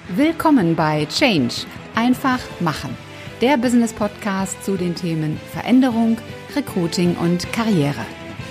Willkommen bei Change. Einfach machen. Der Business-Podcast zu den Themen Veränderung, Recruiting und Karriere.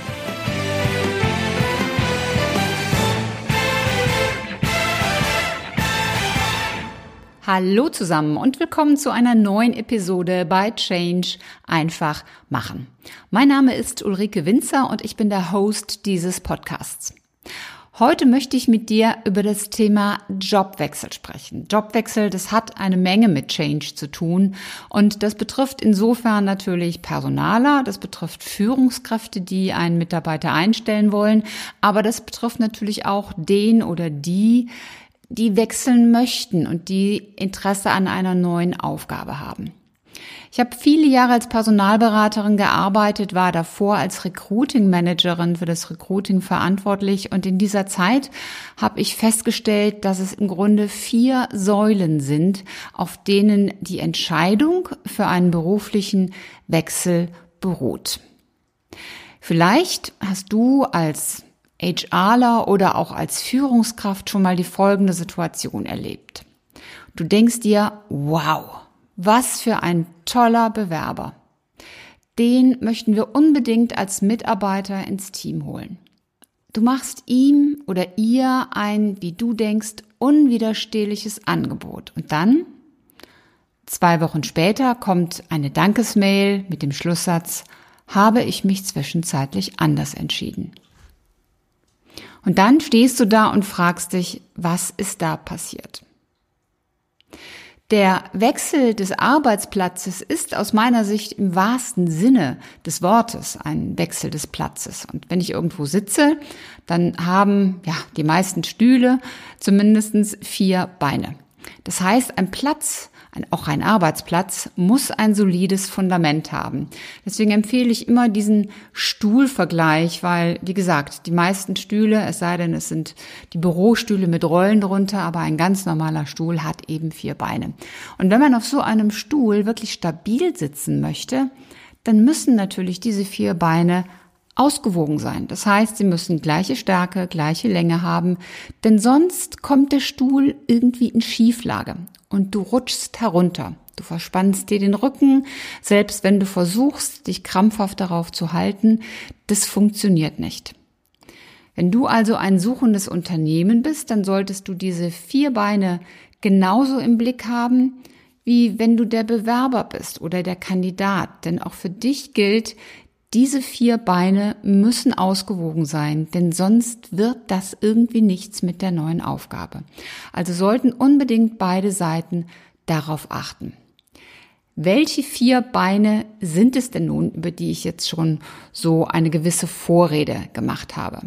Hallo zusammen und willkommen zu einer neuen Episode bei Change. Einfach machen. Mein Name ist Ulrike Winzer und ich bin der Host dieses Podcasts. Heute möchte ich mit dir über das Thema Jobwechsel sprechen. Jobwechsel, das hat eine Menge mit Change zu tun und das betrifft insofern natürlich Personaler, das betrifft Führungskräfte, die einen Mitarbeiter einstellen wollen, aber das betrifft natürlich auch den oder die wechseln möchten und die Interesse an einer neuen Aufgabe haben. Ich habe viele Jahre als Personalberaterin gearbeitet, war davor als Recruiting-Managerin für das Recruiting verantwortlich und in dieser Zeit habe ich festgestellt, dass es im Grunde 4 Säulen sind, auf denen die Entscheidung für einen beruflichen Wechsel beruht. Vielleicht hast du als HRler oder auch als Führungskraft schon mal die folgende Situation erlebt. Du denkst dir, wow, was für ein toller Bewerber. Den möchten wir unbedingt als Mitarbeiter ins Team holen. Du machst ihm oder ihr ein, wie du denkst, unwiderstehliches Angebot. Und dann, 2 Wochen später, kommt eine Dankesmail mit dem Schlusssatz, habe ich mich zwischenzeitlich anders entschieden. Und dann stehst du da und fragst dich, was ist da passiert? Der Wechsel des Arbeitsplatzes ist aus meiner Sicht im wahrsten Sinne des Wortes ein Wechsel des Platzes. Und wenn ich irgendwo sitze, dann haben die meisten Stühle zumindest 4 Beine. Das heißt, ein Platz, auch ein Arbeitsplatz, muss ein solides Fundament haben. Deswegen empfehle ich immer diesen Stuhlvergleich, weil, wie gesagt, die meisten Stühle, es sei denn, es sind die Bürostühle mit Rollen drunter, aber ein ganz normaler Stuhl hat eben 4 Beine. Und wenn man auf so einem Stuhl wirklich stabil sitzen möchte, dann müssen natürlich diese 4 Beine ausgewogen sein. Das heißt, sie müssen gleiche Stärke, gleiche Länge haben, denn sonst kommt der Stuhl irgendwie in Schieflage und du rutschst herunter. Du verspannst dir den Rücken, selbst wenn du versuchst, dich krampfhaft darauf zu halten, das funktioniert nicht. Wenn du also ein suchendes Unternehmen bist, dann solltest du diese 4 Beine genauso im Blick haben, wie wenn du der Bewerber bist oder der Kandidat. Denn auch für dich gilt, diese 4 Beine müssen ausgewogen sein, denn sonst wird das irgendwie nichts mit der neuen Aufgabe. Also sollten unbedingt beide Seiten darauf achten. Welche 4 Beine sind es denn nun, über die ich jetzt schon so eine gewisse Vorrede gemacht habe?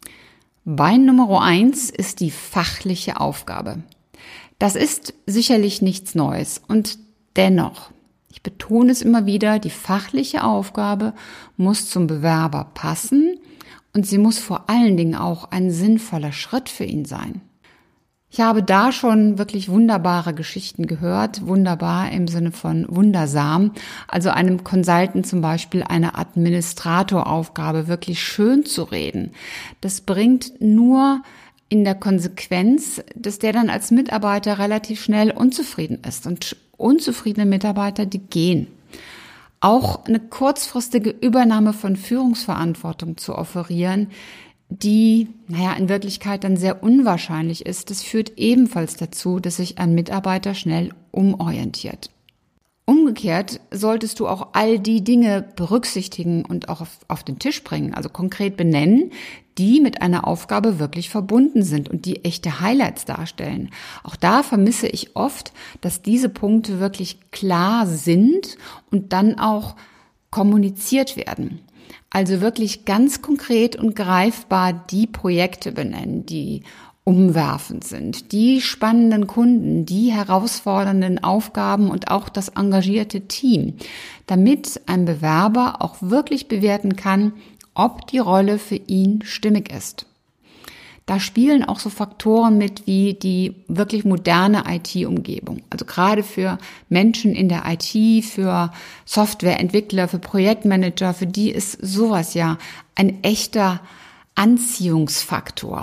Bein Nummer 1 ist die fachliche Aufgabe. Das ist sicherlich nichts Neues und dennoch, ich betone es immer wieder, die fachliche Aufgabe muss zum Bewerber passen und sie muss vor allen Dingen auch ein sinnvoller Schritt für ihn sein. Ich habe da schon wirklich wunderbare Geschichten gehört, wunderbar im Sinne von wundersam, also einem Consultant zum Beispiel eine Administratoraufgabe wirklich schön zu reden. Das bringt nur in der Konsequenz, dass der dann als Mitarbeiter relativ schnell unzufrieden ist und unzufriedene Mitarbeiter, die gehen. Auch eine kurzfristige Übernahme von Führungsverantwortung zu offerieren, die, in Wirklichkeit dann sehr unwahrscheinlich ist, das führt ebenfalls dazu, dass sich ein Mitarbeiter schnell umorientiert. Umgekehrt solltest du auch all die Dinge berücksichtigen und auch auf den Tisch bringen, also konkret benennen, die mit einer Aufgabe wirklich verbunden sind und die echte Highlights darstellen. Auch da vermisse ich oft, dass diese Punkte wirklich klar sind und dann auch kommuniziert werden. Also wirklich ganz konkret und greifbar die Projekte benennen, die umwerfend sind, die spannenden Kunden, die herausfordernden Aufgaben und auch das engagierte Team, damit ein Bewerber auch wirklich bewerten kann, ob die Rolle für ihn stimmig ist. Da spielen auch so Faktoren mit wie die wirklich moderne IT-Umgebung. Also gerade für Menschen in der IT, für Softwareentwickler, für Projektmanager, für die ist sowas ja ein echter Anziehungsfaktor.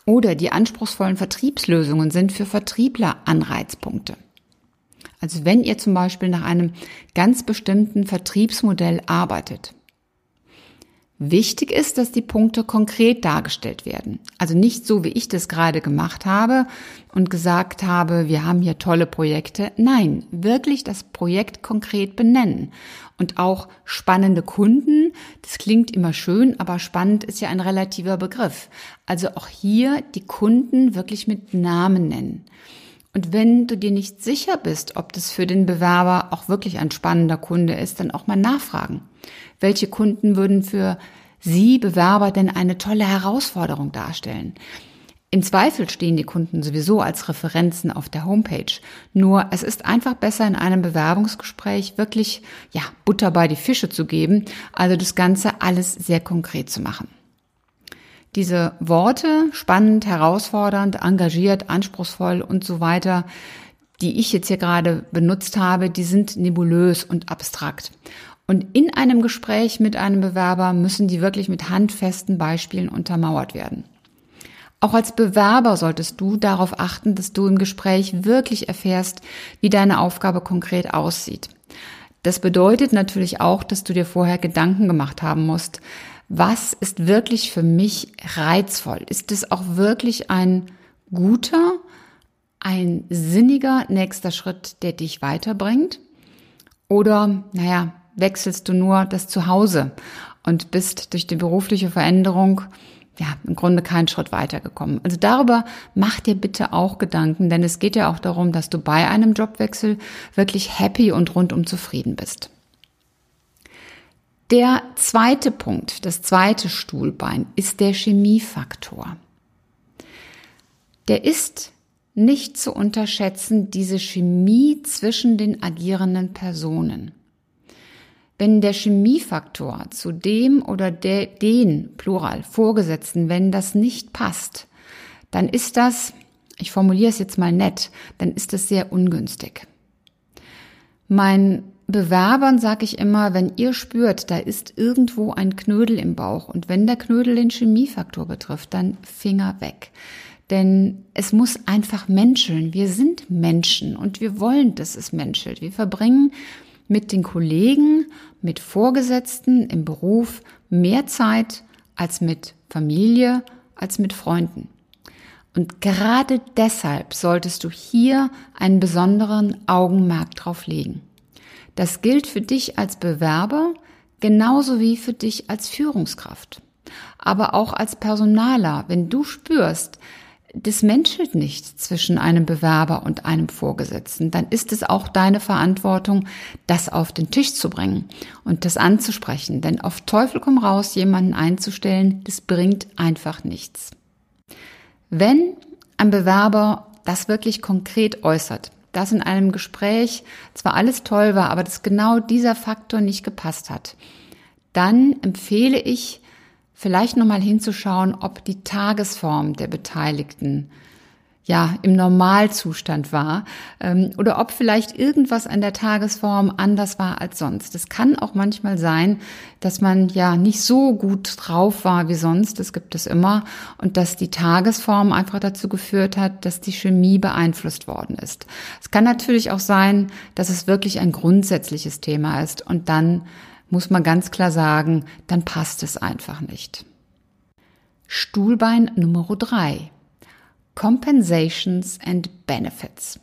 Oder die anspruchsvollen Vertriebslösungen sind für Vertriebler Anreizpunkte. Also wenn ihr zum Beispiel nach einem ganz bestimmten Vertriebsmodell arbeitet. Wichtig ist, dass die Punkte konkret dargestellt werden. Also nicht so, wie ich das gerade gemacht habe und gesagt habe, wir haben hier tolle Projekte. Nein, wirklich das Projekt konkret benennen. Und auch spannende Kunden, das klingt immer schön, aber spannend ist ja ein relativer Begriff. Also auch hier die Kunden wirklich mit Namen nennen. Und wenn du dir nicht sicher bist, ob das für den Bewerber auch wirklich ein spannender Kunde ist, dann auch mal nachfragen. Welche Kunden würden für Sie Bewerber denn eine tolle Herausforderung darstellen? Im Zweifel stehen die Kunden sowieso als Referenzen auf der Homepage. Nur es ist einfach besser, in einem Bewerbungsgespräch wirklich, Butter bei die Fische zu geben, also das Ganze alles sehr konkret zu machen. Diese Worte, spannend, herausfordernd, engagiert, anspruchsvoll und so weiter, die ich jetzt hier gerade benutzt habe, die sind nebulös und abstrakt. Und in einem Gespräch mit einem Bewerber müssen die wirklich mit handfesten Beispielen untermauert werden. Auch als Bewerber solltest du darauf achten, dass du im Gespräch wirklich erfährst, wie deine Aufgabe konkret aussieht. Das bedeutet natürlich auch, dass du dir vorher Gedanken gemacht haben musst, was ist wirklich für mich reizvoll? Ist es auch wirklich ein guter, ein sinniger nächster Schritt, der dich weiterbringt? Oder, wechselst du nur das Zuhause und bist durch die berufliche Veränderung im Grunde keinen Schritt weitergekommen. Also darüber mach dir bitte auch Gedanken, denn es geht ja auch darum, dass du bei einem Jobwechsel wirklich happy und rundum zufrieden bist. Der zweite Punkt, das zweite Stuhlbein, ist der Chemiefaktor. Der ist nicht zu unterschätzen, diese Chemie zwischen den agierenden Personen. Wenn der Chemiefaktor zu dem oder den, Plural, Vorgesetzten, wenn das nicht passt, dann ist das, ich formuliere es jetzt mal nett, dann ist es sehr ungünstig. Meinen Bewerbern sage ich immer, wenn ihr spürt, da ist irgendwo ein Knödel im Bauch und wenn der Knödel den Chemiefaktor betrifft, dann Finger weg. Denn es muss einfach menscheln. Wir sind Menschen und wir wollen, dass es menschelt. Wir verbringen mit den Kollegen, mit Vorgesetzten im Beruf mehr Zeit als mit Familie, als mit Freunden. Und gerade deshalb solltest du hier einen besonderen Augenmerk drauf legen. Das gilt für dich als Bewerber genauso wie für dich als Führungskraft, aber auch als Personaler. Wenn du spürst, das menschelt nicht zwischen einem Bewerber und einem Vorgesetzten, dann ist es auch deine Verantwortung, das auf den Tisch zu bringen und das anzusprechen. Denn auf Teufel komm raus, jemanden einzustellen, das bringt einfach nichts. Wenn ein Bewerber das wirklich konkret äußert, dass in einem Gespräch zwar alles toll war, aber dass genau dieser Faktor nicht gepasst hat, dann empfehle ich, vielleicht nochmal hinzuschauen, ob die Tagesform der Beteiligten im Normalzustand war oder ob vielleicht irgendwas an der Tagesform anders war als sonst. Es kann auch manchmal sein, dass man nicht so gut drauf war wie sonst, das gibt es immer, und dass die Tagesform einfach dazu geführt hat, dass die Chemie beeinflusst worden ist. Es kann natürlich auch sein, dass es wirklich ein grundsätzliches Thema ist und dann muss man ganz klar sagen, dann passt es einfach nicht. Stuhlbein Nummer 3. Compensations and Benefits.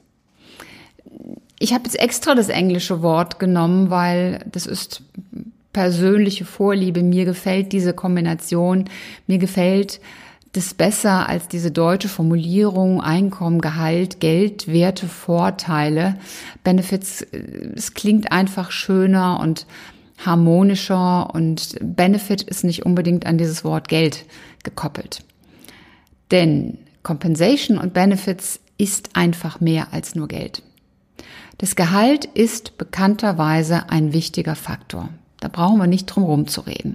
Ich habe jetzt extra das englische Wort genommen, weil das ist persönliche Vorliebe. Mir gefällt diese Kombination. Mir gefällt das besser als diese deutsche Formulierung Einkommen, Gehalt, Geld, Werte, Vorteile. Benefits, es klingt einfach schöner und harmonischer und Benefit ist nicht unbedingt an dieses Wort Geld gekoppelt. Denn Compensation und Benefits ist einfach mehr als nur Geld. Das Gehalt ist bekannterweise ein wichtiger Faktor. Da brauchen wir nicht drum herum zu reden.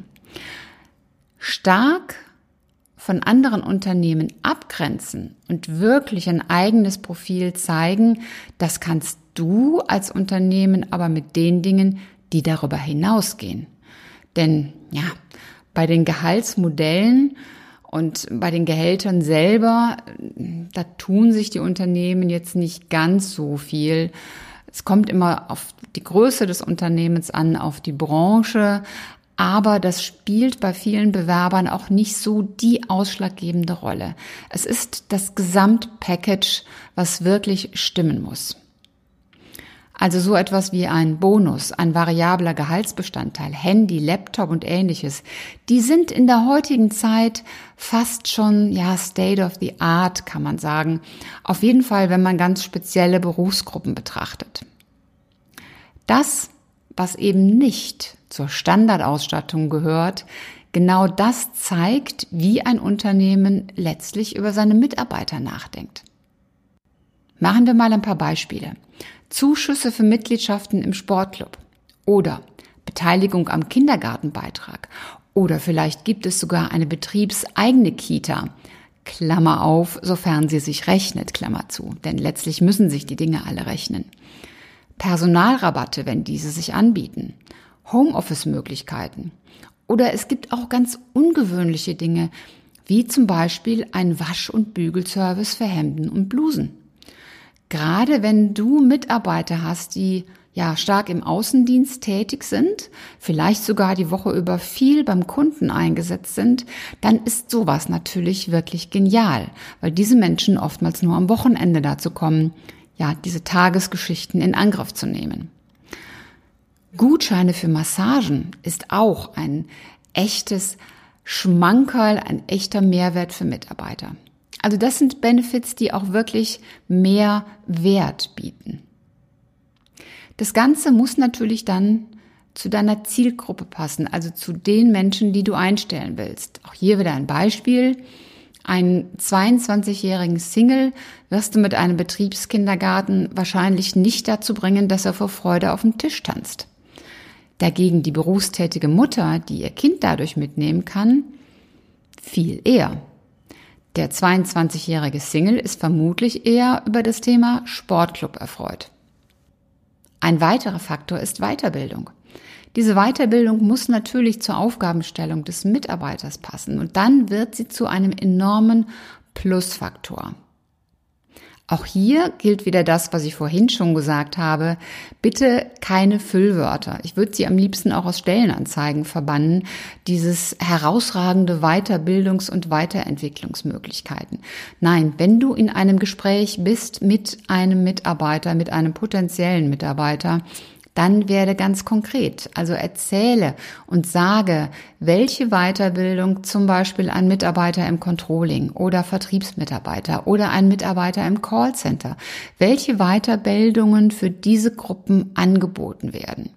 Stark von anderen Unternehmen abgrenzen und wirklich ein eigenes Profil zeigen, das kannst du als Unternehmen aber mit den Dingen, die darüber hinausgehen. Denn bei den Gehaltsmodellen Und bei den Gehältern selber, da tun sich die Unternehmen jetzt nicht ganz so viel. Es kommt immer auf die Größe des Unternehmens an, auf die Branche, aber das spielt bei vielen Bewerbern auch nicht so die ausschlaggebende Rolle. Es ist das Gesamtpackage, was wirklich stimmen muss. Also so etwas wie ein Bonus, ein variabler Gehaltsbestandteil, Handy, Laptop und Ähnliches, die sind in der heutigen Zeit fast schon, State of the Art, kann man sagen. Auf jeden Fall, wenn man ganz spezielle Berufsgruppen betrachtet. Das, was eben nicht zur Standardausstattung gehört, genau das zeigt, wie ein Unternehmen letztlich über seine Mitarbeiter nachdenkt. Machen wir mal ein paar Beispiele. Zuschüsse für Mitgliedschaften im Sportclub oder Beteiligung am Kindergartenbeitrag oder vielleicht gibt es sogar eine betriebseigene Kita, Klammer auf, sofern sie sich rechnet, Klammer zu, denn letztlich müssen sich die Dinge alle rechnen. Personalrabatte, wenn diese sich anbieten, Homeoffice-Möglichkeiten oder es gibt auch ganz ungewöhnliche Dinge, wie zum Beispiel ein Wasch- und Bügelservice für Hemden und Blusen. Gerade wenn du Mitarbeiter hast, die stark im Außendienst tätig sind, vielleicht sogar die Woche über viel beim Kunden eingesetzt sind, dann ist sowas natürlich wirklich genial, weil diese Menschen oftmals nur am Wochenende dazu kommen, diese Tagesgeschichten in Angriff zu nehmen. Gutscheine für Massagen ist auch ein echtes Schmankerl, ein echter Mehrwert für Mitarbeiter. Also das sind Benefits, die auch wirklich mehr Wert bieten. Das Ganze muss natürlich dann zu deiner Zielgruppe passen, also zu den Menschen, die du einstellen willst. Auch hier wieder ein Beispiel. Einen 22-jährigen Single wirst du mit einem Betriebskindergarten wahrscheinlich nicht dazu bringen, dass er vor Freude auf dem Tisch tanzt. Dagegen die berufstätige Mutter, die ihr Kind dadurch mitnehmen kann, viel eher. Der 22-jährige Single ist vermutlich eher über das Thema Sportclub erfreut. Ein weiterer Faktor ist Weiterbildung. Diese Weiterbildung muss natürlich zur Aufgabenstellung des Mitarbeiters passen und dann wird sie zu einem enormen Plusfaktor. Auch hier gilt wieder das, was ich vorhin schon gesagt habe. Bitte keine Füllwörter. Ich würde sie am liebsten auch aus Stellenanzeigen verbannen. Dieses herausragende Weiterbildungs- und Weiterentwicklungsmöglichkeiten. Nein, wenn du in einem Gespräch bist mit einem Mitarbeiter, mit einem potenziellen Mitarbeiter, dann werde ganz konkret, also erzähle und sage, welche Weiterbildung zum Beispiel ein Mitarbeiter im Controlling oder Vertriebsmitarbeiter oder ein Mitarbeiter im Callcenter, welche Weiterbildungen für diese Gruppen angeboten werden.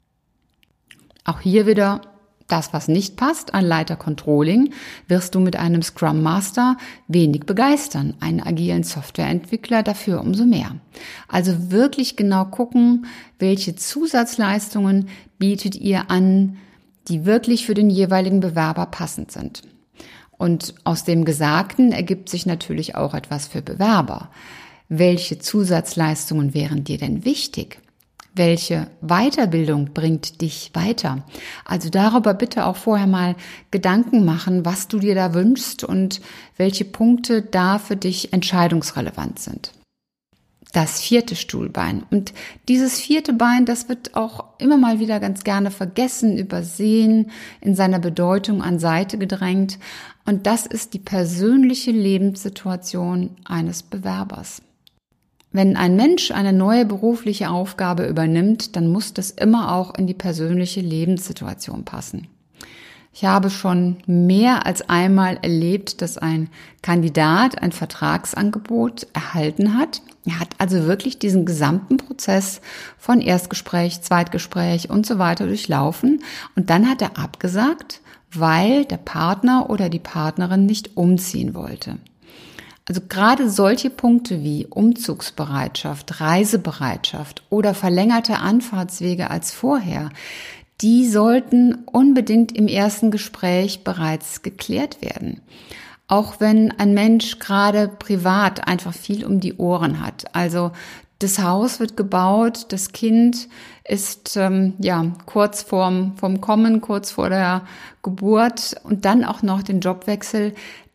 Auch hier wieder das, was nicht passt, ein Leiter Controlling, wirst du mit einem Scrum Master wenig begeistern. Einen agilen Softwareentwickler dafür umso mehr. Also wirklich genau gucken, welche Zusatzleistungen bietet ihr an, die wirklich für den jeweiligen Bewerber passend sind. Und aus dem Gesagten ergibt sich natürlich auch etwas für Bewerber. Welche Zusatzleistungen wären dir denn wichtig? Welche Weiterbildung bringt dich weiter? Also darüber bitte auch vorher mal Gedanken machen, was du dir da wünschst und welche Punkte da für dich entscheidungsrelevant sind. Das 4. Stuhlbein. Und dieses 4. Bein, das wird auch immer mal wieder ganz gerne vergessen, übersehen, in seiner Bedeutung an Seite gedrängt. Und das ist die persönliche Lebenssituation eines Bewerbers. Wenn ein Mensch eine neue berufliche Aufgabe übernimmt, dann muss das immer auch in die persönliche Lebenssituation passen. Ich habe schon mehr als einmal erlebt, dass ein Kandidat ein Vertragsangebot erhalten hat. Er hat also wirklich diesen gesamten Prozess von Erstgespräch, Zweitgespräch und so weiter durchlaufen und dann hat er abgesagt, weil der Partner oder die Partnerin nicht umziehen wollte. Also gerade solche Punkte wie Umzugsbereitschaft, Reisebereitschaft oder verlängerte Anfahrtswege als vorher, die sollten unbedingt im ersten Gespräch bereits geklärt werden. Auch wenn ein Mensch gerade privat einfach viel um die Ohren hat. Also das Haus wird gebaut, das Kind ist kurz vorm Kommen, kurz vor der Geburt und dann auch noch den Jobwechsel.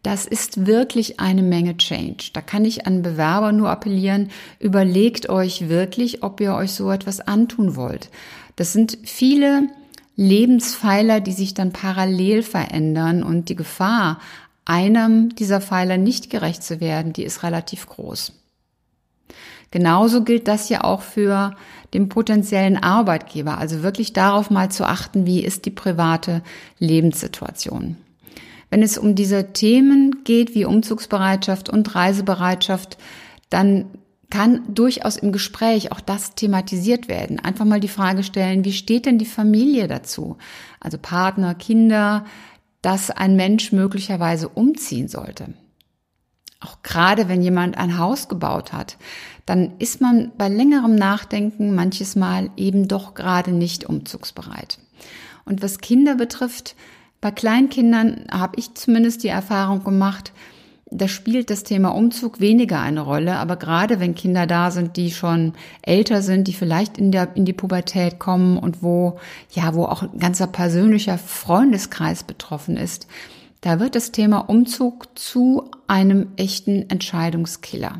das ist wirklich eine Menge Change. Da kann ich an Bewerber nur appellieren, überlegt euch wirklich, ob ihr euch so etwas antun wollt. Das sind viele Lebenspfeiler, die sich dann parallel verändern und die Gefahr, einem dieser Pfeiler nicht gerecht zu werden, die ist relativ groß. Genauso gilt das ja auch für den potenziellen Arbeitgeber, also wirklich darauf mal zu achten, wie ist die private Lebenssituation. Wenn es um diese Themen geht wie Umzugsbereitschaft und Reisebereitschaft, dann kann durchaus im Gespräch auch das thematisiert werden. Einfach mal die Frage stellen, wie steht denn die Familie dazu? Also Partner, Kinder, dass ein Mensch möglicherweise umziehen sollte. Auch gerade wenn jemand ein Haus gebaut hat, dann ist man bei längerem Nachdenken manches Mal eben doch gerade nicht umzugsbereit. Und was Kinder betrifft, bei Kleinkindern habe ich zumindest die Erfahrung gemacht, da spielt das Thema Umzug weniger eine Rolle, aber gerade wenn Kinder da sind, die schon älter sind, die vielleicht in die Pubertät kommen und wo auch ein ganzer persönlicher Freundeskreis betroffen ist, da wird das Thema Umzug zu einem echten Entscheidungskiller.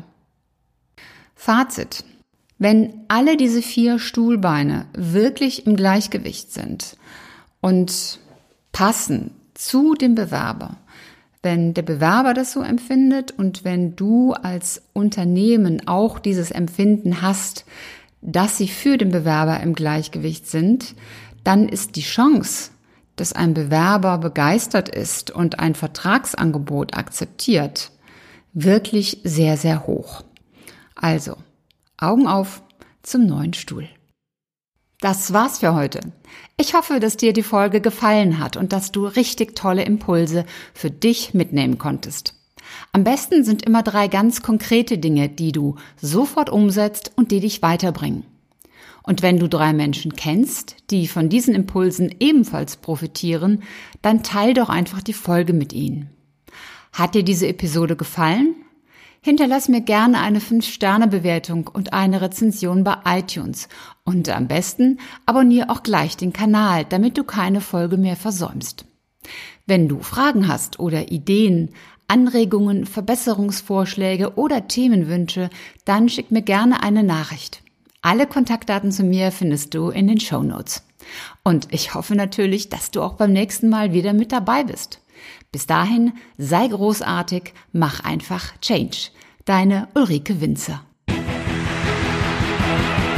Fazit: Wenn alle diese 4 Stuhlbeine wirklich im Gleichgewicht sind und passen zu dem Bewerber, wenn der Bewerber das so empfindet und wenn du als Unternehmen auch dieses Empfinden hast, dass sie für den Bewerber im Gleichgewicht sind, dann ist die Chance, dass ein Bewerber begeistert ist und ein Vertragsangebot akzeptiert, wirklich sehr, sehr hoch. Also, Augen auf zum neuen Stuhl. Das war's für heute. Ich hoffe, dass dir die Folge gefallen hat und dass du richtig tolle Impulse für dich mitnehmen konntest. Am besten sind immer 3 ganz konkrete Dinge, die du sofort umsetzt und die dich weiterbringen. Und wenn du 3 Menschen kennst, die von diesen Impulsen ebenfalls profitieren, dann teil doch einfach die Folge mit ihnen. Hat dir diese Episode gefallen? Hinterlass mir gerne eine 5-Sterne-Bewertung und eine Rezension bei iTunes. Und am besten abonniere auch gleich den Kanal, damit du keine Folge mehr versäumst. Wenn du Fragen hast oder Ideen, Anregungen, Verbesserungsvorschläge oder Themenwünsche, dann schick mir gerne eine Nachricht. Alle Kontaktdaten zu mir findest du in den Shownotes. Und ich hoffe natürlich, dass du auch beim nächsten Mal wieder mit dabei bist. Bis dahin, sei großartig, mach einfach Change. Deine Ulrike Winzer.